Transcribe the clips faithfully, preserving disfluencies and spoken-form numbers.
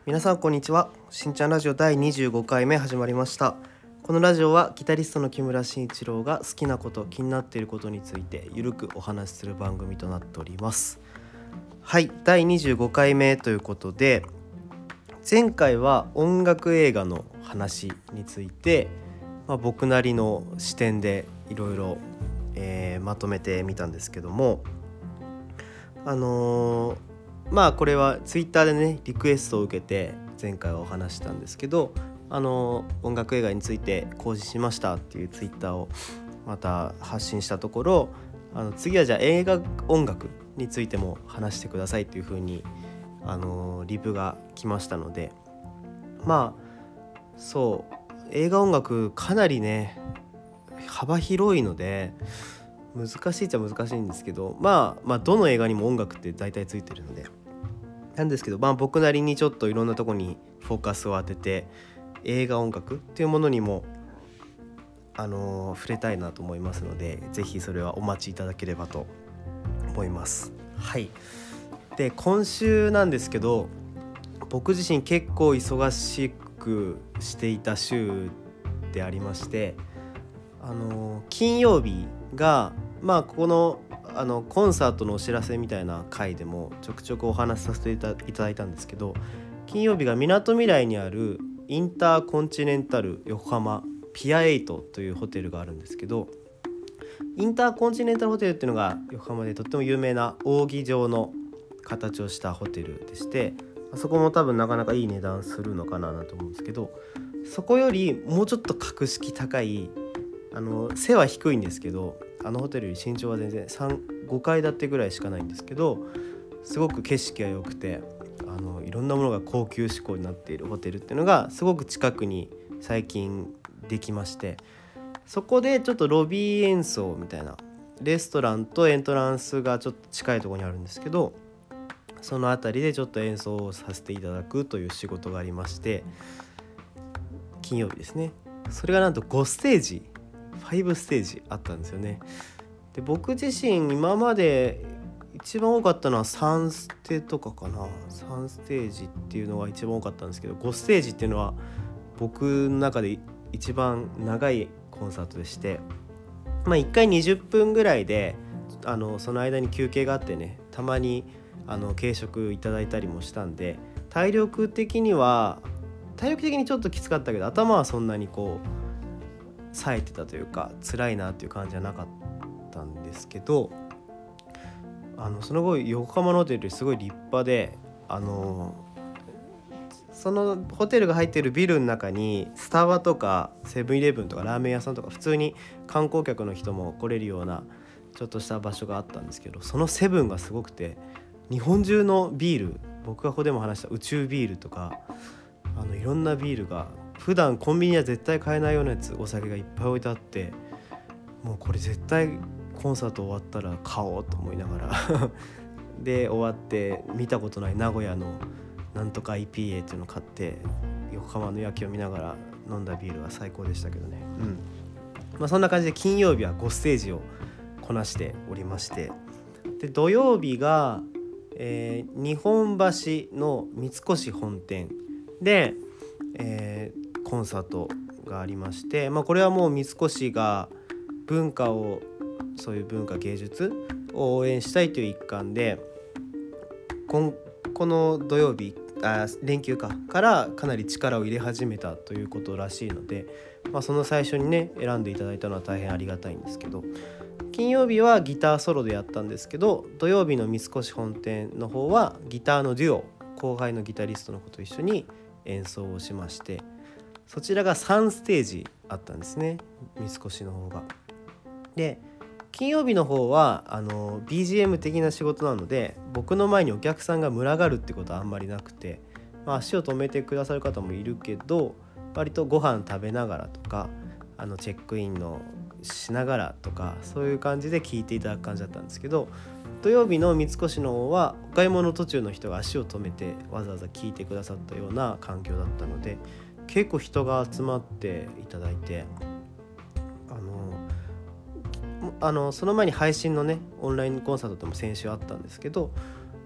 皆さんこんにちは。しんちゃんラジオだいにじゅうごかいめ始まりました。このラジオはギタリストの木村慎一郎が好きなこと、気になっていることについてゆるくお話しする番組となっております。はい、だいにじゅうごかいめということで、前回は音楽映画の話について、まあ、僕なりの視点でいろいろまとめてみたんですけども、あのーまあこれはツイッターでねリクエストを受けて前回はお話したんですけど、あの音楽映画について講示しましたっていうツイッターをまた発信したところ、あの次はじゃあ映画音楽についても話してくださいっていう風にあのリプが来ましたので、まあそう映画音楽かなりね幅広いので難しいっちゃ難しいんですけど、まあまあどの映画にも音楽って大体ついてるのでなんですけど、まあ僕なりにちょっといろんなとこにフォーカスを当てて映画音楽っていうものにもあのー、触れたいなと思いますので、ぜひそれはお待ちいただければと思います。はい。で今週なんですけど、僕自身結構忙しくしていた週でありまして、あのー、金曜日がまあここのあのコンサートのお知らせみたいな回でもちょくちょくお話しさせていただいたんですけど、金曜日がみなとみらいにあるインターコンチネンタル横浜ピアエイトというホテルがあるんですけど、インターコンチネンタルホテルっていうのが横浜でとっても有名な扇状の形をしたホテルでして、そこも多分なかなかいい値段するのかなと思うんですけど、そこよりもうちょっと格式高い、あの背は低いんですけど、あのホテルより身長は全然さん、ごかい建てぐらいしかないんですけど、すごく景色が良くて、あのいろんなものが高級志向になっているホテルっていうのがすごく近くに最近できまして、そこでちょっとロビー演奏みたいな、レストランとエントランスがちょっと近いところにあるんですけど、そのあたりでちょっと演奏をさせていただくという仕事がありまして、金曜日ですね。それがなんとごステージごステージあったんですよね。で僕自身今まで一番多かったのはさんステとかかな、さんステージっていうのが一番多かったんですけど、ごステージっていうのは僕の中で一番長いコンサートでして、まあいっかいにじゅっぷんぐらいで、あのその間に休憩があってね、たまにあの軽食いただいたりもしたんで、体力的には体力的にちょっときつかったけど、頭はそんなにこう冴えてたというか辛いなっていう感じじゃなかったんですけど、あのその後横浜のホテルすごい立派で、あのそのホテルが入っているビルの中にスタバとかセブンイレブンとかラーメン屋さんとか普通に観光客の人も来れるようなちょっとした場所があったんですけど、そのセブンがすごくて、日本中のビール、僕がここでも話した宇宙ビールとか、あのいろんなビールが普段コンビニは絶対買えないようなやつ、お酒がいっぱい置いてあって、もうこれ絶対コンサート終わったら買おうと思いながらで終わって見たことない名古屋のなんとか アイピーエー っていうのを買って横浜の夜景を見ながら飲んだビールは最高でしたけどね。うん。まあそんな感じで金曜日はごステージをこなしておりまして、で土曜日が、えー、日本橋の三越本店で、えー、コンサートがありまして、まあ、これはもう三越が文化を、そういう文化芸術を応援したいという一環で、こ, この土曜日あ連休かからかなり力を入れ始めたということらしいので、まあ、その最初にね選んでいただいたのは大変ありがたいんですけど、金曜日はギターソロでやったんですけど、土曜日の三越本店の方はギターのデュオ、後輩のギタリストの子と一緒に演奏をしまして、そちらがさんステージあったんですね、三越の方が。で金曜日の方はあの ビージーエム 的な仕事なので、僕の前にお客さんが群がるってことはあんまりなくて、まあ、足を止めてくださる方もいるけど、割とご飯食べながらとか、あのチェックインのしながらとか、そういう感じで聞いていただく感じだったんですけど、土曜日の三越の方はお買い物途中の人が足を止めてわざわざ聞いてくださったような環境だったので、結構人が集まっていただいて、あのあのその前に配信のねオンラインコンサートでも先週あったんですけど、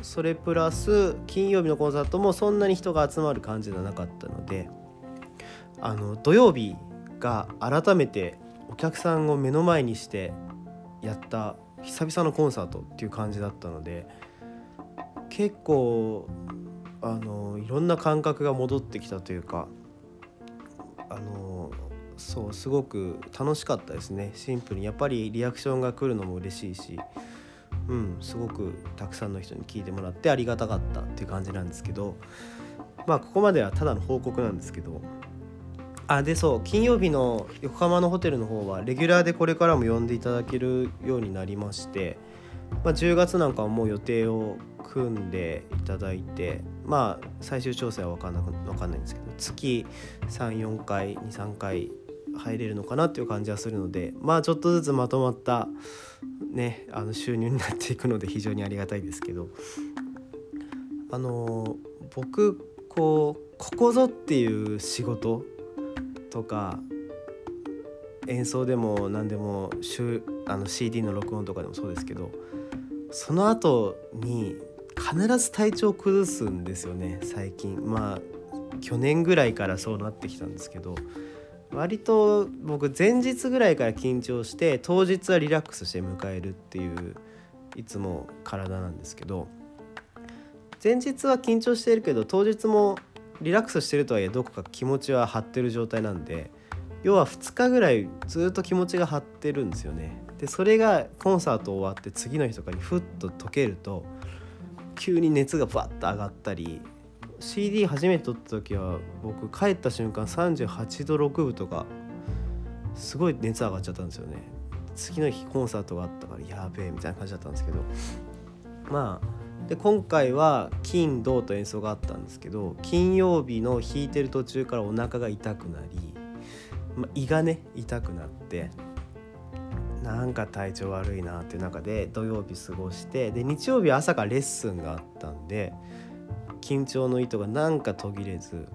それプラス金曜日のコンサートもそんなに人が集まる感じではなかったので、あの土曜日が改めてお客さんを目の前にしてやった久々のコンサートっていう感じだったので、結構あのいろんな感覚が戻ってきたというか、あのそうすごく楽しかったですね。シンプルにやっぱりリアクションが来るのも嬉しいし、うん、すごくたくさんの人に聞いてもらってありがたかったっていう感じなんですけど、まあここまではただの報告なんですけど、あでそう金曜日の横浜のホテルの方はレギュラーでこれからも呼んでいただけるようになりまして、まあ、じゅうがつなんかはもう予定を組んでいただいて、まあ最終調整は分かんなく分かんないんですけど、月さん、よんかい、に、さんかい入れるのかなっていう感じはするので、まあちょっとずつまとまったねあの収入になっていくので非常にありがたいですけど、あの僕こうここぞっていう仕事とか演奏でも何でもあの シーディー の録音とかでもそうですけど、その後に必ず体調崩すんですよね最近。まあ去年ぐらいからそうなってきたんですけど、割と僕前日ぐらいから緊張して当日はリラックスして迎えるっていういつも体なんですけど、前日は緊張してるけど当日もリラックスしてるとはいえどこか気持ちは張ってる状態なんで、要はふつかぐらいずっと気持ちが張ってるんですよね。でそれがコンサート終わって次の日とかにふっと解けると急に熱がバッと上がったり、 シーディー 初めて撮った時は僕帰った瞬間さんじゅうはちどろくぶとかすごい熱上がっちゃったんですよね。次の日コンサートがあったからやべえみたいな感じだったんですけど、まあで今回は金土と演奏があったんですけど、金曜日の弾いてる途中からお腹が痛くなり、まあ、胃がね痛くなってなんか体調悪いなっていう中で土曜日過ごして、で日曜日は朝からレッスンがあったんで緊張の糸がなんか途切れず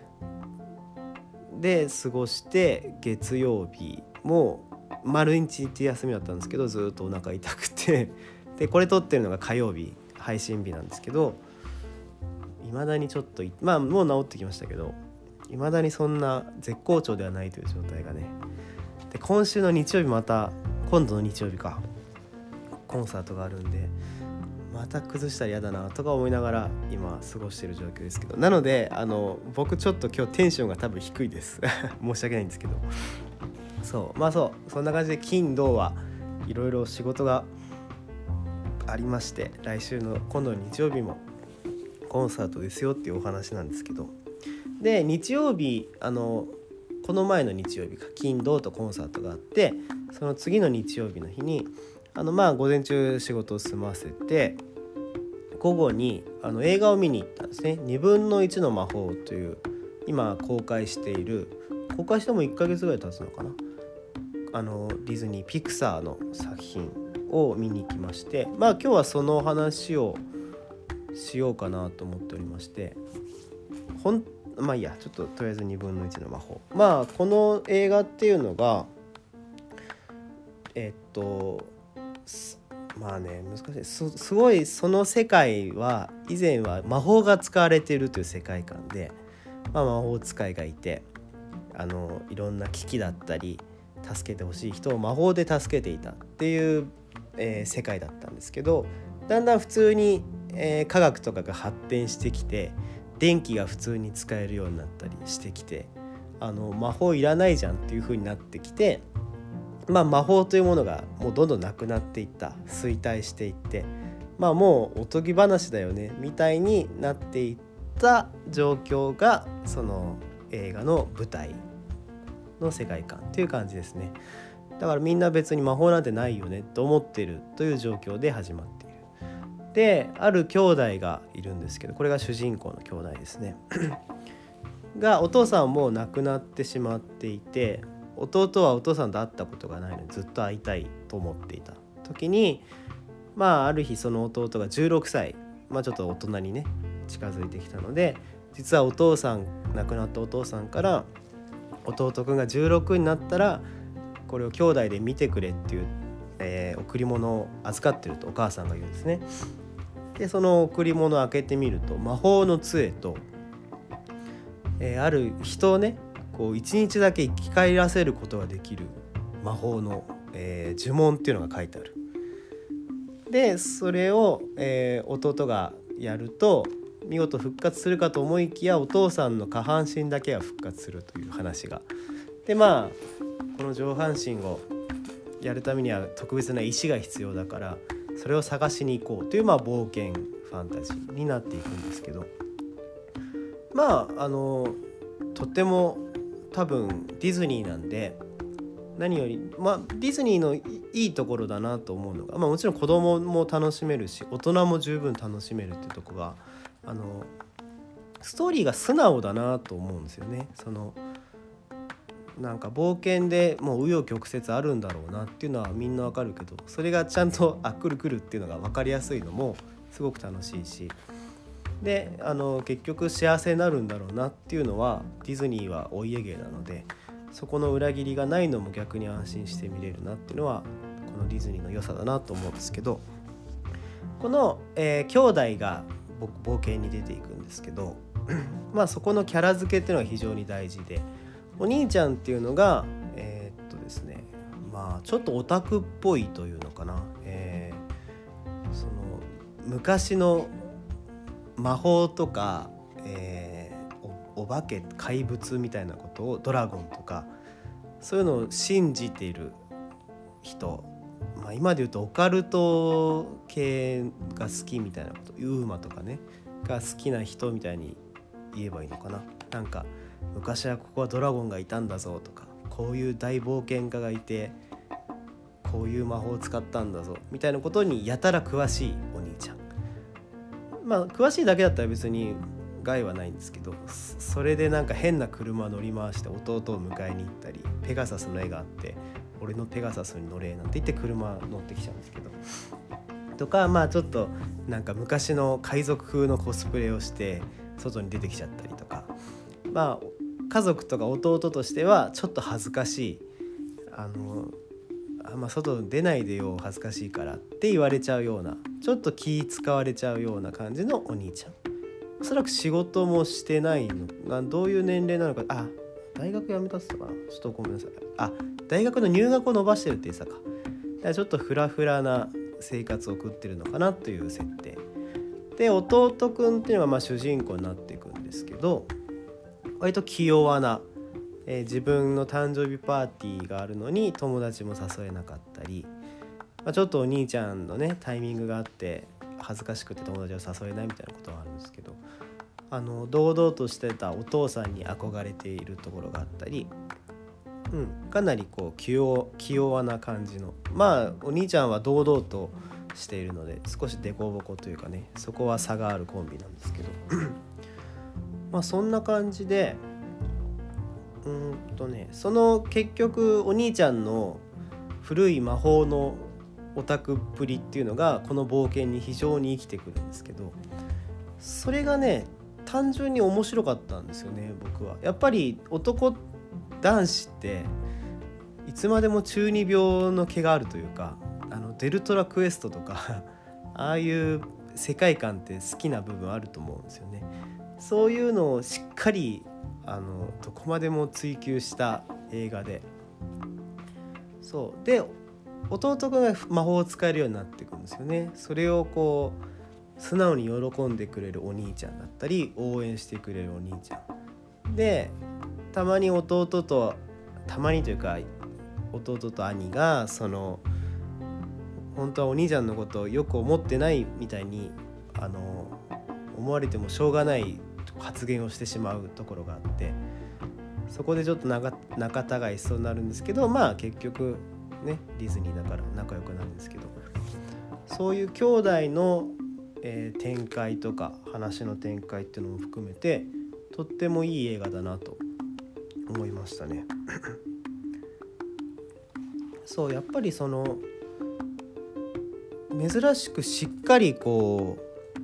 で過ごして、月曜日も丸一日休みだったんですけどずっとお腹痛くて、でこれ撮ってるのが火曜日配信日なんですけど、未だにちょっとまあもう治ってきましたけど未だにそんな絶好調ではないという状態がね。で今週の日曜日また今度の日曜日かコンサートがあるんでまた崩したら嫌だなとか思いながら今過ごしている状況ですけど、なのであの僕ちょっと今日テンションが多分低いです申し訳ないんですけど、そうまあそうそんな感じで金土はいろいろ仕事がありまして、来週の今度の日曜日もコンサートですよっていうお話なんですけど、で日曜日あのこの前の日曜日か金土とコンサートがあって、その次の日曜日の日にあのまあ午前中仕事を済ませて午後にあの映画を見に行ったんですね。にぶんのいちの魔法という今公開している、公開してもいっかげつぐらい経つのかな、あのディズニーピクサーの作品を見に行きまして、まあ今日はその話をしようかなと思っておりまして、ほんまあいいやちょっととりあえずにぶんのいちの魔法、まあこの映画っていうのがえっとまあね難しい す, すごいその世界は以前は魔法が使われているという世界観で、まあ、魔法使いがいてあのいろんな危機だったり助けてほしい人を魔法で助けていたっていう、えー、世界だったんですけど、だんだん普通に、えー、科学とかが発展してきて電気が普通に使えるようになったりしてきて、あの魔法いらないじゃんっていう風になってきて、まあ魔法というものがもうどんどんなくなっていった、衰退していって、まあもうおとぎ話だよねみたいになっていった状況がその映画の舞台の世界観っていう感じですね。だからみんな別に魔法なんてないよねと思っているという状況で始まっている。である兄弟がいるんですけど、これが主人公の兄弟ですねがお父さんも亡くなってしまっていて、弟はお父さんと会ったことがないのでずっと会いたいと思っていた時に、まあある日その弟がじゅうろくさい、まあちょっと大人にね近づいてきたので、実はお父さん亡くなったお父さんから弟くんがじゅうろくになったらこれを兄弟で見てくれっていう、えー、贈り物を預かってるとお母さんが言うんですね。 でその贈り物を開けてみると魔法の杖と、えー、ある人をねこう一日だけ生き返らせることができる魔法の、えー、呪文っていうのが書いてある。でそれを、えー、弟がやると見事復活するかと思いきや、お父さんの下半身だけが復活するという話が。でまあこの上半身をやるためには特別な石が必要だから、それを探しに行こうという、まあ、冒険ファンタジーになっていくんですけど、まああのとても多分ディズニーなんで、何より、まあ、ディズニーのいいところだなと思うのが、まあ、もちろん子供も楽しめるし大人も十分楽しめるっていうところが、あのストーリーが素直だなと思うんですよね。そのなんか冒険でもう紆余曲折あるんだろうなっていうのはみんなわかるけど、それがちゃんとあ来る来るっていうのが分かりやすいのもすごく楽しいし、であの結局幸せになるんだろうなっていうのはディズニーはお家芸なので、そこの裏切りがないのも逆に安心して見れるなっていうのはこのディズニーの良さだなと思うんですけど、この、えー、兄弟が冒険に出ていくんですけどまあそこのキャラ付けっていうのが非常に大事で、お兄ちゃんっていうのがえー、っとですねまあちょっとオタクっぽいというのかな、えー、その昔の魔法とか、えー、お, お化け怪物みたいなことを、ドラゴンとかそういうのを信じている人、まあ、今で言うとオカルト系が好きみたいなこと、ユーマとかねが好きな人みたいに言えばいいのかな。なんか昔はここはドラゴンがいたんだぞとか、こういう大冒険家がいてこういう魔法を使ったんだぞみたいなことにやたら詳しいお兄ちゃん。まあ詳しいだけだったら別に害はないんですけど、それでなんか変な車乗り回して弟を迎えに行ったり、ペガサスの絵があって俺のペガサスに乗れなんて言って車乗ってきちゃうんですけど、とかまあちょっとなんか昔の海賊風のコスプレをして外に出てきちゃったりとか、まあ家族とか弟としてはちょっと恥ずかしい、あのあんま外に出ないでよ恥ずかしいからって言われちゃうような、ちょっと気使われちゃうような感じのお兄ちゃん。おそらく仕事もしてないのがどういう年齢なのか、あ大学辞めたって言ったかな、ちょっとごめんなさい、あ大学の入学を伸ばしてるって言ってたか、だからちょっとフラフラな生活を送ってるのかなという設定で、弟くんっていうのがまあ主人公になっていくんですけど、割と気弱な、えー、自分の誕生日パーティーがあるのに友達も誘えなかったり、まあ、ちょっとお兄ちゃんのねタイミングがあって恥ずかしくて友達を誘えないみたいなことはあるんですけど、あの堂々としてたお父さんに憧れているところがあったり、うん、かなりこう気弱、気弱な感じの、まあお兄ちゃんは堂々としているので少しデコボコというかね、そこは差があるコンビなんですけどまあそんな感じで、うーんとねその結局お兄ちゃんの古い魔法のオタクっぷりっていうのがこの冒険に非常に生きてくるんですけど、それがね単純に面白かったんですよね。僕はやっぱり男男子っていつまでも中二病の毛があるというか、あのデルトラクエストとかああいう世界観って好きな部分あると思うんですよね。そういうのをしっかりあのどこまでも追求した映画で、そうで弟くんが魔法を使えるようになっていくんですよね。それをこう素直に喜んでくれるお兄ちゃんだったり応援してくれるお兄ちゃんで、たまに弟とたまにというか弟と兄がその本当はお兄ちゃんのことをよく思ってないみたいにあの思われてもしょうがない発言をしてしまうところがあって、そこでちょっと仲仲違いしそうになるんですけど、まあ結局ねディズニーだから仲良くなるんですけど、そういう兄弟の、えー、展開とか話の展開っていうのも含めてとってもいい映画だなと思いましたねそうやっぱりその珍しくしっかりこ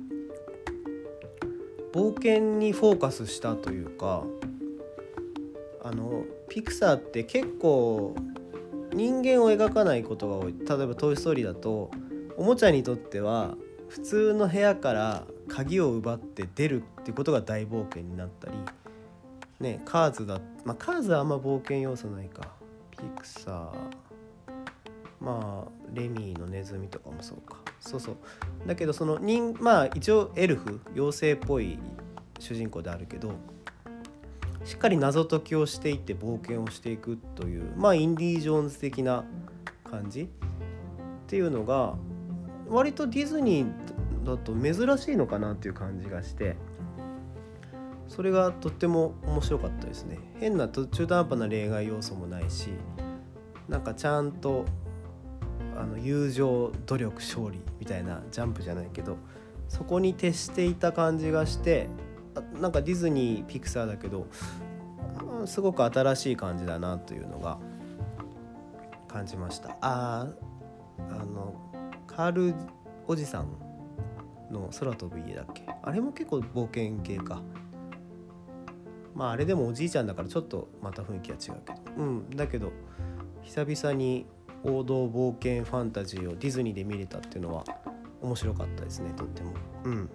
う冒険にフォーカスしたというか、あのピクサーって結構人間を描かないことが多い。例えばトイストーリーだとおもちゃにとっては普通の部屋から鍵を奪って出るっていうことが大冒険になったりね、カーズだ、まあカーズはあんま冒険要素ないか。ピクサー、まあレミーのネズミとかもそうか。そうそう。だけどその人まあ一応エルフ妖精っぽい主人公であるけど、しっかり謎解きをしていって冒険をしていくという、まあインディ・ジョーンズ的な感じっていうのが割とディズニーだと珍しいのかなっていう感じがして、それがとっても面白かったですね。変な中途半端な恋愛要素もないし、なんかちゃんとあの友情努力勝利みたいなジャンプじゃないけど、そこに徹していた感じがして、なんかディズニーピクサーだけどすごく新しい感じだなというのが感じました。ああのカールおじさんの空飛ぶ家だっけ、あれも結構冒険系か。まああれでもおじいちゃんだからちょっとまた雰囲気は違うけど、うんだけど久々に王道冒険ファンタジーをディズニーで見れたっていうのは面白かったですね、とっても。うん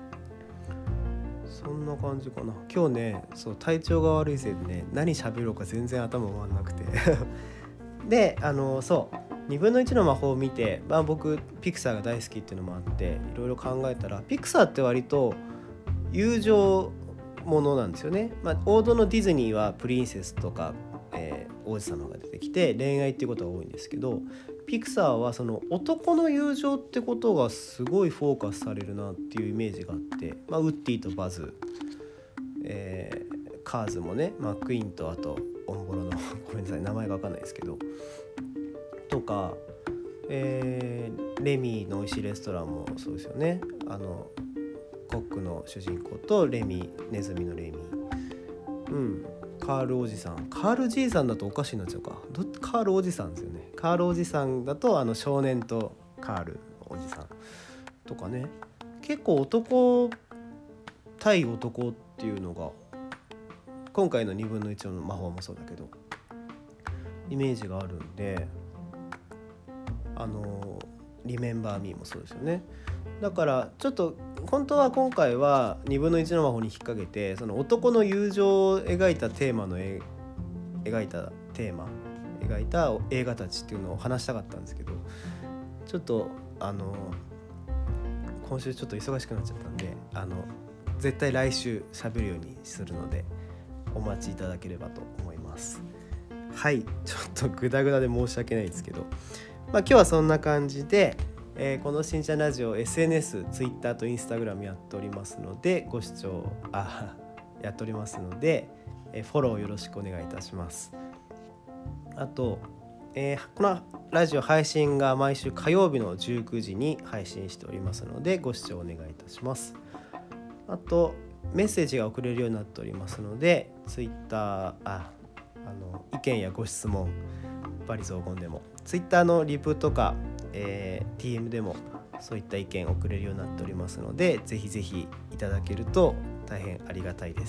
そんな感じかな。今日ね、そう体調が悪いせいでね、何喋ろうか全然頭回んなくてであのそうにぶんのいちの魔法を見て、まあ、僕ピクサーが大好きっていうのもあっていろいろ考えたら、ピクサーって割と友情ものなんですよね。まあ、王道のディズニーはプリンセスとか、えー、王子様が出てきて恋愛っていうことが多いんですけど、ピクサーはその男の友情ってことがすごいフォーカスされるなっていうイメージがあって、まあ、ウッディとバズ、えー、カーズもね、まあ、クイーンとあとオンボロのごめんなさい名前が分かんないですけどとか、えー、レミーの美味しいレストランもそうですよね。あのコックの主人公とレミネズミのレミ、うんカールおじさん、カールじいさんだとおかしいなっちゃうか、どカールおじさんですよね。カールおじさんだとあの少年とカールおじさんとかね、結構男対男っていうのが今回のにぶんのいちの魔法もそうだけどイメージがあるんで、あのリメンバーミーもそうですよね。だからちょっと本当は今回はにぶんのいちの魔法に引っ掛けて、その男の友情を描いたテーマのえ描いたテーマ描いた映画たちっていうのを話したかったんですけど、ちょっとあの今週ちょっと忙しくなっちゃったんで、あの絶対来週喋るようにするのでお待ちいただければと思います。はい、ちょっとグダグダで申し訳ないですけど、まあ、今日はそんな感じで、えー、このしんちゃんラジオ エスエヌエス、Twitter と Instagram やっておりますので、ご視聴あやっておりますので、えー、フォローよろしくお願いいたします。あと、えー、このラジオ配信が毎週火曜日のじゅうくじに配信しておりますので、ご視聴お願いいたします。あとメッセージが送れるようになっておりますので、Twitter ああの意見やご質問バリ雑言でも Twitter のリプとか、えー、ディーエム でもそういった意見を送れるようになっておりますので、ぜひぜひいただけると大変ありがたいです。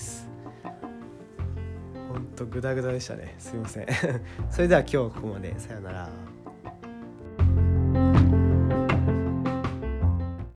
ほんとグダグダでしたね、すいませんそれでは今日はここまで、さよなら。